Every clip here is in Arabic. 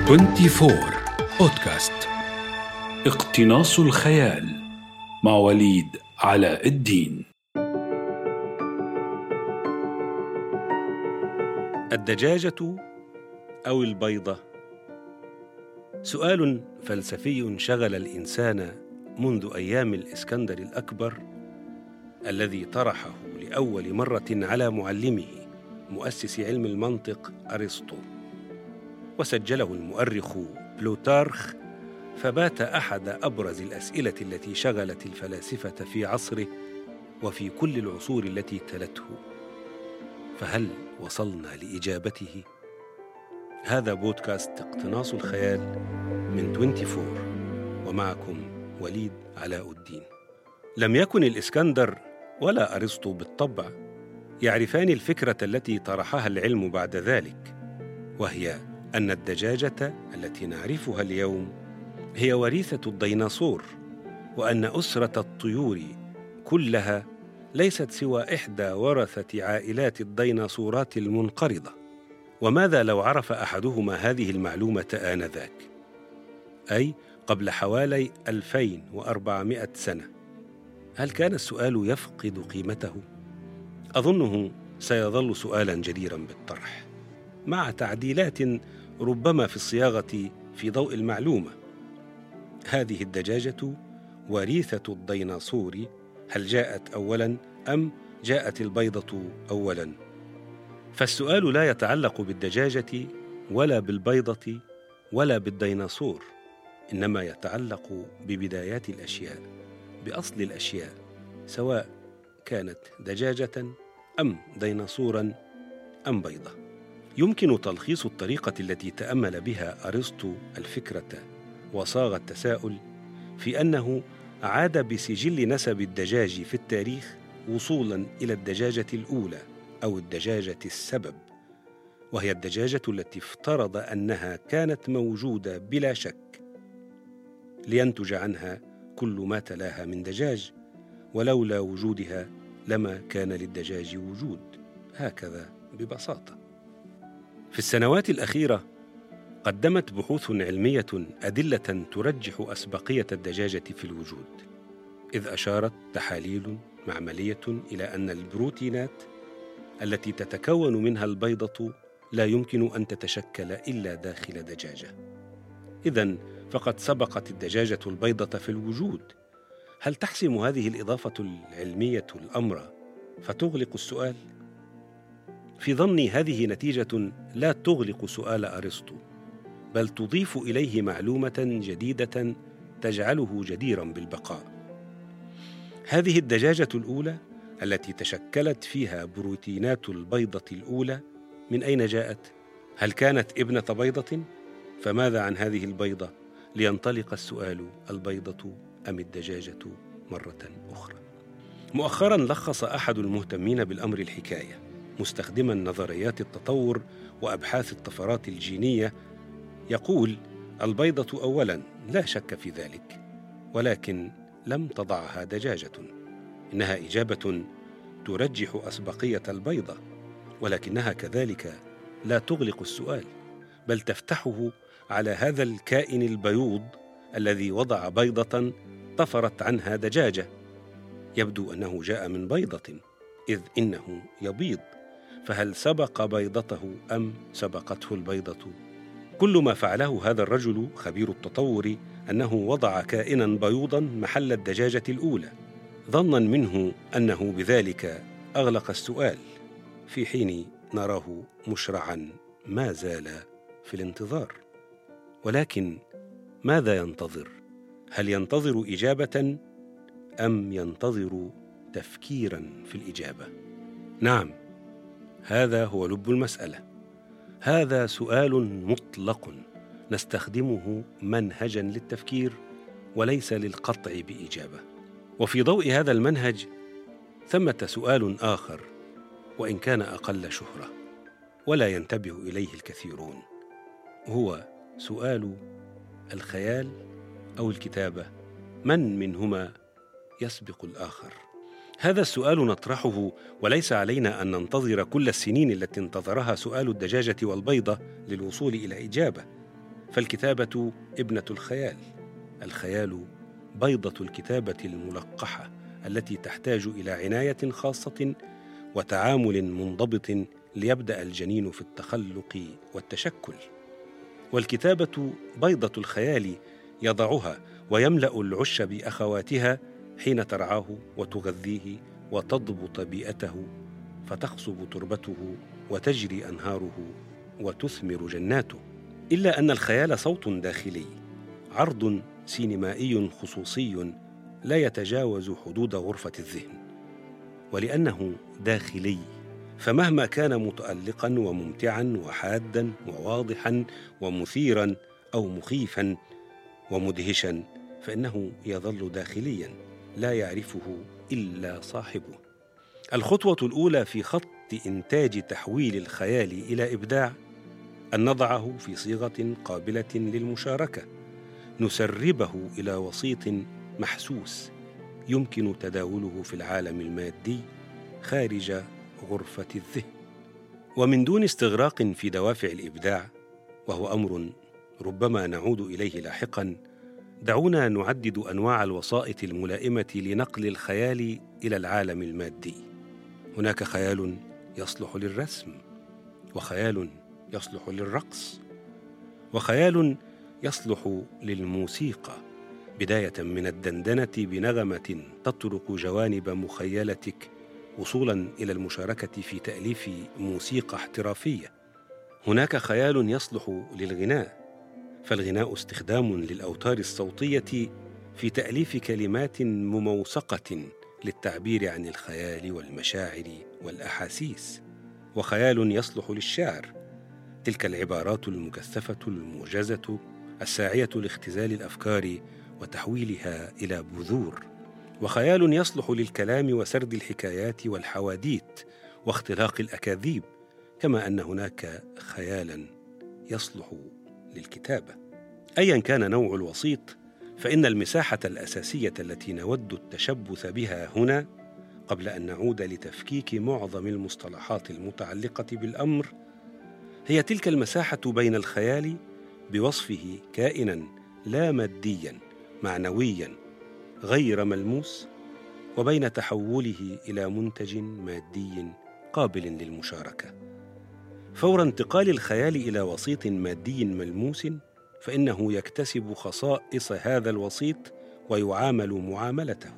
24 بودكاست. اقتناص الخيال مع وليد علاء الدين. الدجاجة أو البيضة؟ سؤال فلسفي شغل الإنسان منذ أيام الإسكندر الأكبر، الذي طرحه لأول مرة على معلمه مؤسس علم المنطق أرسطو، وسجله المؤرخ بلوتارخ، فبات أحد أبرز الأسئلة التي شغلت الفلاسفة في عصره وفي كل العصور التي تلته. فهل وصلنا لإجابته؟ هذا بودكاست اقتناص الخيال من 24، ومعكم وليد علاء الدين. لم يكن الإسكندر ولا أرسطو بالطبع يعرفان الفكرة التي طرحها العلم بعد ذلك، وهي أن الدجاجة التي نعرفها اليوم هي وريثة الديناصور، وأن أسرة الطيور كلها ليست سوى إحدى ورثة عائلات الديناصورات المنقرضة. وماذا لو عرف أحدهما هذه المعلومة آنذاك، أي قبل حوالي 2400 سنة؟ هل كان السؤال يفقد قيمته؟ أظنه سيظل سؤالا جديرا بالطرح، مع تعديلات ربما في الصياغة في ضوء المعلومة. هذه الدجاجة وريثة الديناصور، هل جاءت أولا أم جاءت البيضة أولا؟ فالسؤال لا يتعلق بالدجاجة ولا بالبيضة ولا بالديناصور، إنما يتعلق ببدايات الأشياء، بأصل الأشياء، سواء كانت دجاجة أم ديناصورا أم بيضة. يمكن تلخيص الطريقة التي تأمل بها أرسطو الفكرة وصاغ التساؤل في أنه عاد بسجل نسب الدجاج في التاريخ وصولا إلى الدجاجة الأولى أو الدجاجة السبب، وهي الدجاجة التي افترض أنها كانت موجودة بلا شك، لينتج عنها كل ما تلاها من دجاج، ولولا وجودها لما كان للدجاج وجود. هكذا ببساطة. في السنوات الأخيرة قدمت بحوث علمية أدلة ترجح أسبقية الدجاجة في الوجود، إذ أشارت تحاليل معملية إلى أن البروتينات التي تتكون منها البيضة لا يمكن أن تتشكل إلا داخل دجاجة. إذن فقد سبقت الدجاجة البيضة في الوجود. هل تحسم هذه الإضافة العلمية الأمر فتغلق السؤال؟ في ظني هذه نتيجة لا تغلق سؤال أرسطو، بل تضيف إليه معلومة جديدة تجعله جديرا بالبقاء. هذه الدجاجة الأولى التي تشكلت فيها بروتينات البيضة الأولى من أين جاءت؟ هل كانت ابنة بيضة؟ فماذا عن هذه البيضة؟ لينطلق السؤال: البيضة أم الدجاجة مرة أخرى؟ مؤخرا لخص أحد المهتمين بالأمر الحكاية، مستخدما نظريات التطور وأبحاث الطفرات الجينية، يقول: البيضة أولا، لا شك في ذلك، ولكن لم تضعها دجاجة. إنها إجابة ترجح أسبقية البيضة، ولكنها كذلك لا تغلق السؤال، بل تفتحه على هذا الكائن البيوض الذي وضع بيضة طفرت عنها دجاجة. يبدو أنه جاء من بيضة، إذ إنه يبيض، فهل سبق بيضته أم سبقته البيضة؟ كل ما فعله هذا الرجل خبير التطور أنه وضع كائنا بيوضا محل الدجاجة الأولى، ظنا منه أنه بذلك أغلق السؤال، في حين نراه مشرعا ما زال في الانتظار. ولكن ماذا ينتظر؟ هل ينتظر إجابة أم ينتظر تفكيرا في الإجابة؟ نعم، هذا هو لب المسألة. هذا سؤال مطلق نستخدمه منهجا للتفكير وليس للقطع بإجابة. وفي ضوء هذا المنهج ثمة سؤال آخر، وإن كان أقل شهرة ولا ينتبه إليه الكثيرون، هو سؤال الخيال أو الكتابة، من منهما يسبق الآخر؟ هذا السؤال نطرحه، وليس علينا أن ننتظر كل السنين التي انتظرها سؤال الدجاجة والبيضة للوصول إلى إجابة، فالكتابة ابنة الخيال. الخيال بيضة الكتابة الملقحة التي تحتاج إلى عناية خاصة وتعامل منضبط ليبدأ الجنين في التخلق والتشكل. والكتابة بيضة الخيال يضعها ويملأ العش بأخواتها حين ترعاه وتغذيه وتضبط بيئته، فتخصب تربته وتجري أنهاره وتثمر جناته. إلا أن الخيال صوت داخلي، عرض سينمائي خصوصي لا يتجاوز حدود غرفة الذهن. ولأنه داخلي فمهما كان متألقا وممتعا وحادا وواضحا ومثيرا أو مخيفا ومدهشا، فإنه يظل داخليا لا يعرفه إلا صاحبه. الخطوة الأولى في خط إنتاج تحويل الخيال إلى إبداع أن نضعه في صيغة قابلة للمشاركة، نسربه إلى وسيط محسوس يمكن تداوله في العالم المادي خارج غرفة الذهن. ومن دون استغراق في دوافع الإبداع، وهو أمر ربما نعود إليه لاحقاً، دعونا نعدد أنواع الوسائط الملائمة لنقل الخيال إلى العالم المادي. هناك خيال يصلح للرسم، وخيال يصلح للرقص، وخيال يصلح للموسيقى، بداية من الدندنة بنغمة تطرق جوانب مخيلتك وصولاً إلى المشاركة في تأليف موسيقى احترافية. هناك خيال يصلح للغناء، فالغناء استخدام للأوتار الصوتية في تأليف كلمات مموسقة للتعبير عن الخيال والمشاعر والأحاسيس. وخيال يصلح للشعر، تلك العبارات المكثفة الموجزة الساعية لاختزال الأفكار وتحويلها إلى بذور. وخيال يصلح للكلام وسرد الحكايات والحواديت واختلاق الأكاذيب، كما أن هناك خيالاً يصلح للكتابة. أياً كان نوع الوسيط، فإن المساحة الأساسية التي نود التشبث بها هنا، قبل أن نعود لتفكيك معظم المصطلحات المتعلقة بالأمر، هي تلك المساحة بين الخيال بوصفه كائناً لا مادياً معنوياً غير ملموس، وبين تحوله إلى منتج مادي قابل للمشاركة. فور انتقال الخيال إلى وسيط مادي ملموس، فإنه يكتسب خصائص هذا الوسيط ويعامل معاملته،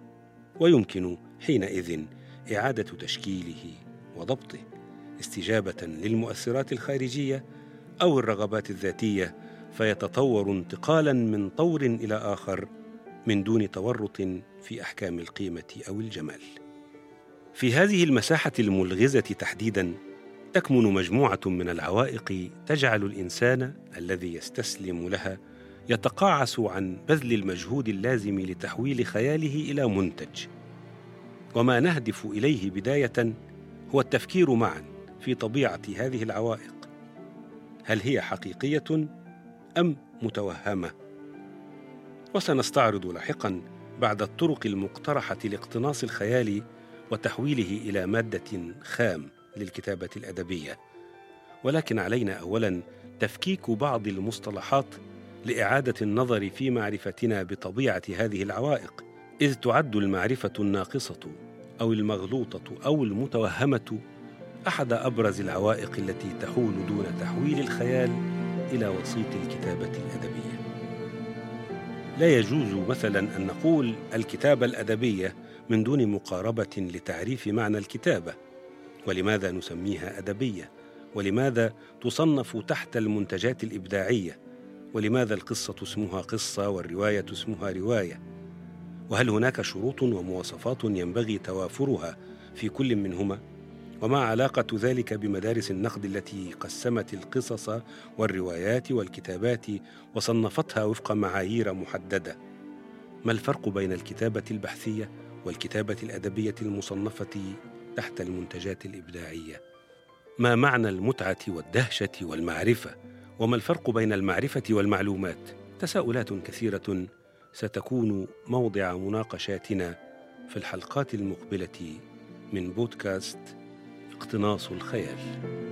ويمكن حينئذ إعادة تشكيله وضبطه استجابة للمؤثرات الخارجية أو الرغبات الذاتية، فيتطور انتقالاً من طور إلى آخر من دون تورط في أحكام القيمة أو الجمال. في هذه المساحة الملغزة تحديداً تكمن مجموعة من العوائق تجعل الإنسان الذي يستسلم لها يتقاعس عن بذل المجهود اللازم لتحويل خياله إلى منتج. وما نهدف إليه بداية هو التفكير معا في طبيعة هذه العوائق، هل هي حقيقية أم متوهمة؟ وسنستعرض لاحقا بعد الطرق المقترحة لاقتناص الخيال وتحويله إلى مادة خام للكتابة الأدبية. ولكن علينا أولا تفكيك بعض المصطلحات لإعادة النظر في معرفتنا بطبيعة هذه العوائق، إذ تعد المعرفة الناقصة أو المغلوطة أو المتوهمة أحد أبرز العوائق التي تحول دون تحويل الخيال إلى وسيط الكتابة الأدبية. لا يجوز مثلا أن نقول الكتابة الأدبية من دون مقاربة لتعريف معنى الكتابة، ولماذا نسميها أدبية، ولماذا تصنف تحت المنتجات الإبداعية، ولماذا القصة اسمها قصة والرواية اسمها رواية، وهل هناك شروط ومواصفات ينبغي توافرها في كل منهما؟ وما علاقة ذلك بمدارس النقد التي قسمت القصص والروايات والكتابات وصنفتها وفق معايير محددة؟ ما الفرق بين الكتابة البحثية والكتابة الأدبية المصنفة تحت المنتجات الإبداعية؟ ما معنى المتعة والدهشة والمعرفة؟ وما الفرق بين المعرفة والمعلومات؟ تساؤلات كثيرة ستكون موضع مناقشاتنا في الحلقات المقبلة من بودكاست اقتناص الخيال.